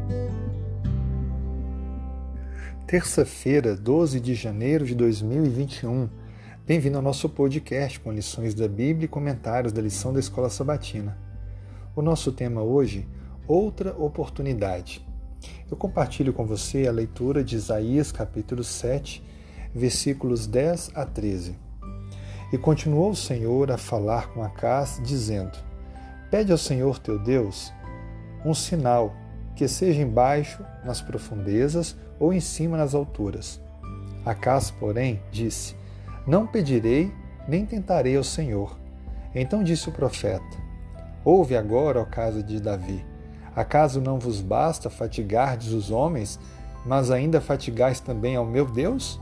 Terça-feira, 12 de janeiro de 2021. Bem-vindo ao nosso podcast com lições da Bíblia e comentários da lição da Escola Sabatina. O nosso tema hoje, outra oportunidade. Eu compartilho com você a leitura de Isaías capítulo 7, versículos 10 a 13. E continuou o Senhor a falar com Acaz, dizendo: Pede ao Senhor teu Deus um sinal, que seja embaixo, nas profundezas, ou em cima, nas alturas. Acaz, porém, disse: Não pedirei, nem tentarei ao Senhor. Então disse o profeta: Ouve agora, ó casa de Davi. Acaso não vos basta fatigardes os homens, mas ainda fatigais também ao meu Deus?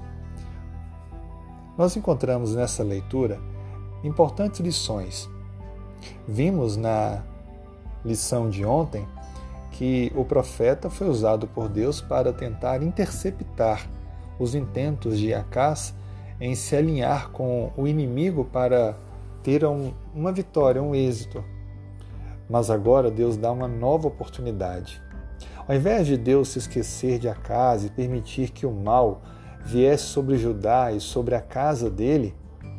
Nós encontramos nessa leitura importantes lições. Vimos na lição de ontem que o profeta foi usado por Deus para tentar interceptar os intentos de Acaz em se alinhar com o inimigo para ter uma vitória, um êxito. Mas agora Deus dá uma nova oportunidade. Ao invés de Deus se esquecer de Acaz e permitir que o mal viesse sobre Judá e sobre a casa dele,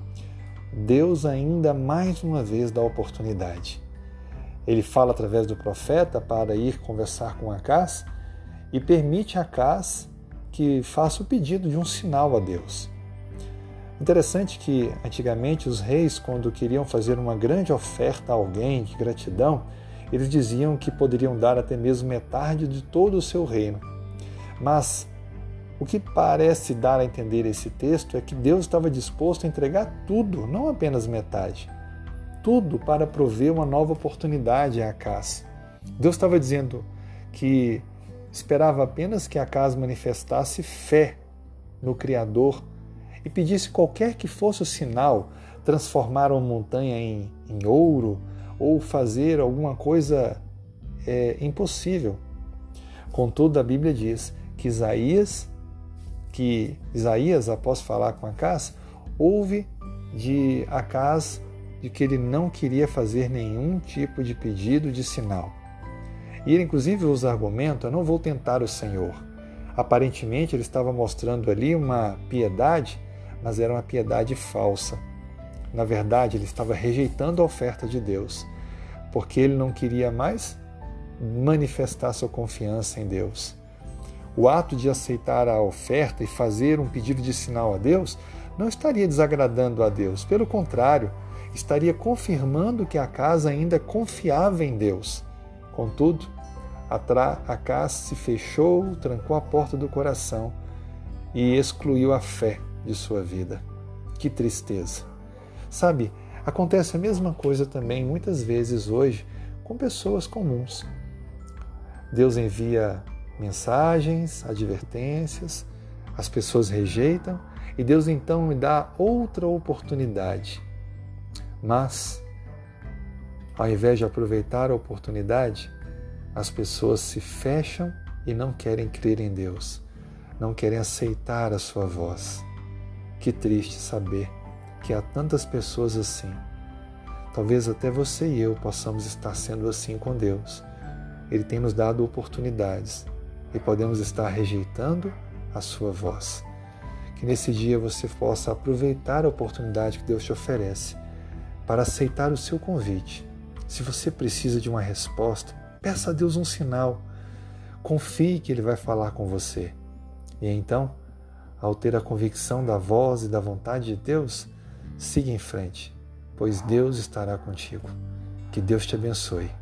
Deus ainda mais uma vez dá oportunidade. Ele fala através do profeta para ir conversar com Acaz e permite a Acaz que faça o pedido de um sinal a Deus. Interessante que antigamente os reis, quando queriam fazer uma grande oferta a alguém de gratidão, eles diziam que poderiam dar até mesmo metade de todo o seu reino. Mas o que parece dar a entender esse texto é que Deus estava disposto a entregar tudo, não apenas metade. Tudo para prover uma nova oportunidade a Acaz. Deus estava dizendo que esperava apenas que Acaz manifestasse fé no Criador e pedisse qualquer que fosse o sinal, transformar uma montanha em ouro ou fazer alguma coisa impossível. Contudo, a Bíblia diz que Isaías, após falar com Acaz, ouve de Acaz de que ele não queria fazer nenhum tipo de pedido de sinal. E ele inclusive usa o argumento: eu não vou tentar o Senhor. Aparentemente ele estava mostrando ali uma piedade, mas era uma piedade falsa. Na verdade, ele estava rejeitando a oferta de Deus, porque ele não queria mais manifestar sua confiança em Deus. O ato de aceitar a oferta e fazer um pedido de sinal a Deus não estaria desagradando a Deus. Pelo contrário, estaria confirmando que Acaz ainda confiava em Deus. Contudo, Acaz se fechou, trancou a porta do coração e excluiu a fé de sua vida. Que tristeza! Sabe, acontece a mesma coisa também muitas vezes hoje com pessoas comuns. Deus envia mensagens, advertências, as pessoas rejeitam e Deus então me dá outra oportunidade. Mas, ao invés de aproveitar a oportunidade, as pessoas se fecham e não querem crer em Deus, não querem aceitar a sua voz. Que triste saber que há tantas pessoas assim. Talvez até você e eu possamos estar sendo assim com Deus. Ele tem nos dado oportunidades e podemos estar rejeitando a sua voz. Que nesse dia você possa aproveitar a oportunidade que Deus te oferece para aceitar o seu convite. Se você precisa de uma resposta, peça a Deus um sinal. Confie que Ele vai falar com você. E então, ao ter a convicção da voz e da vontade de Deus, siga em frente, pois Deus estará contigo. Que Deus te abençoe.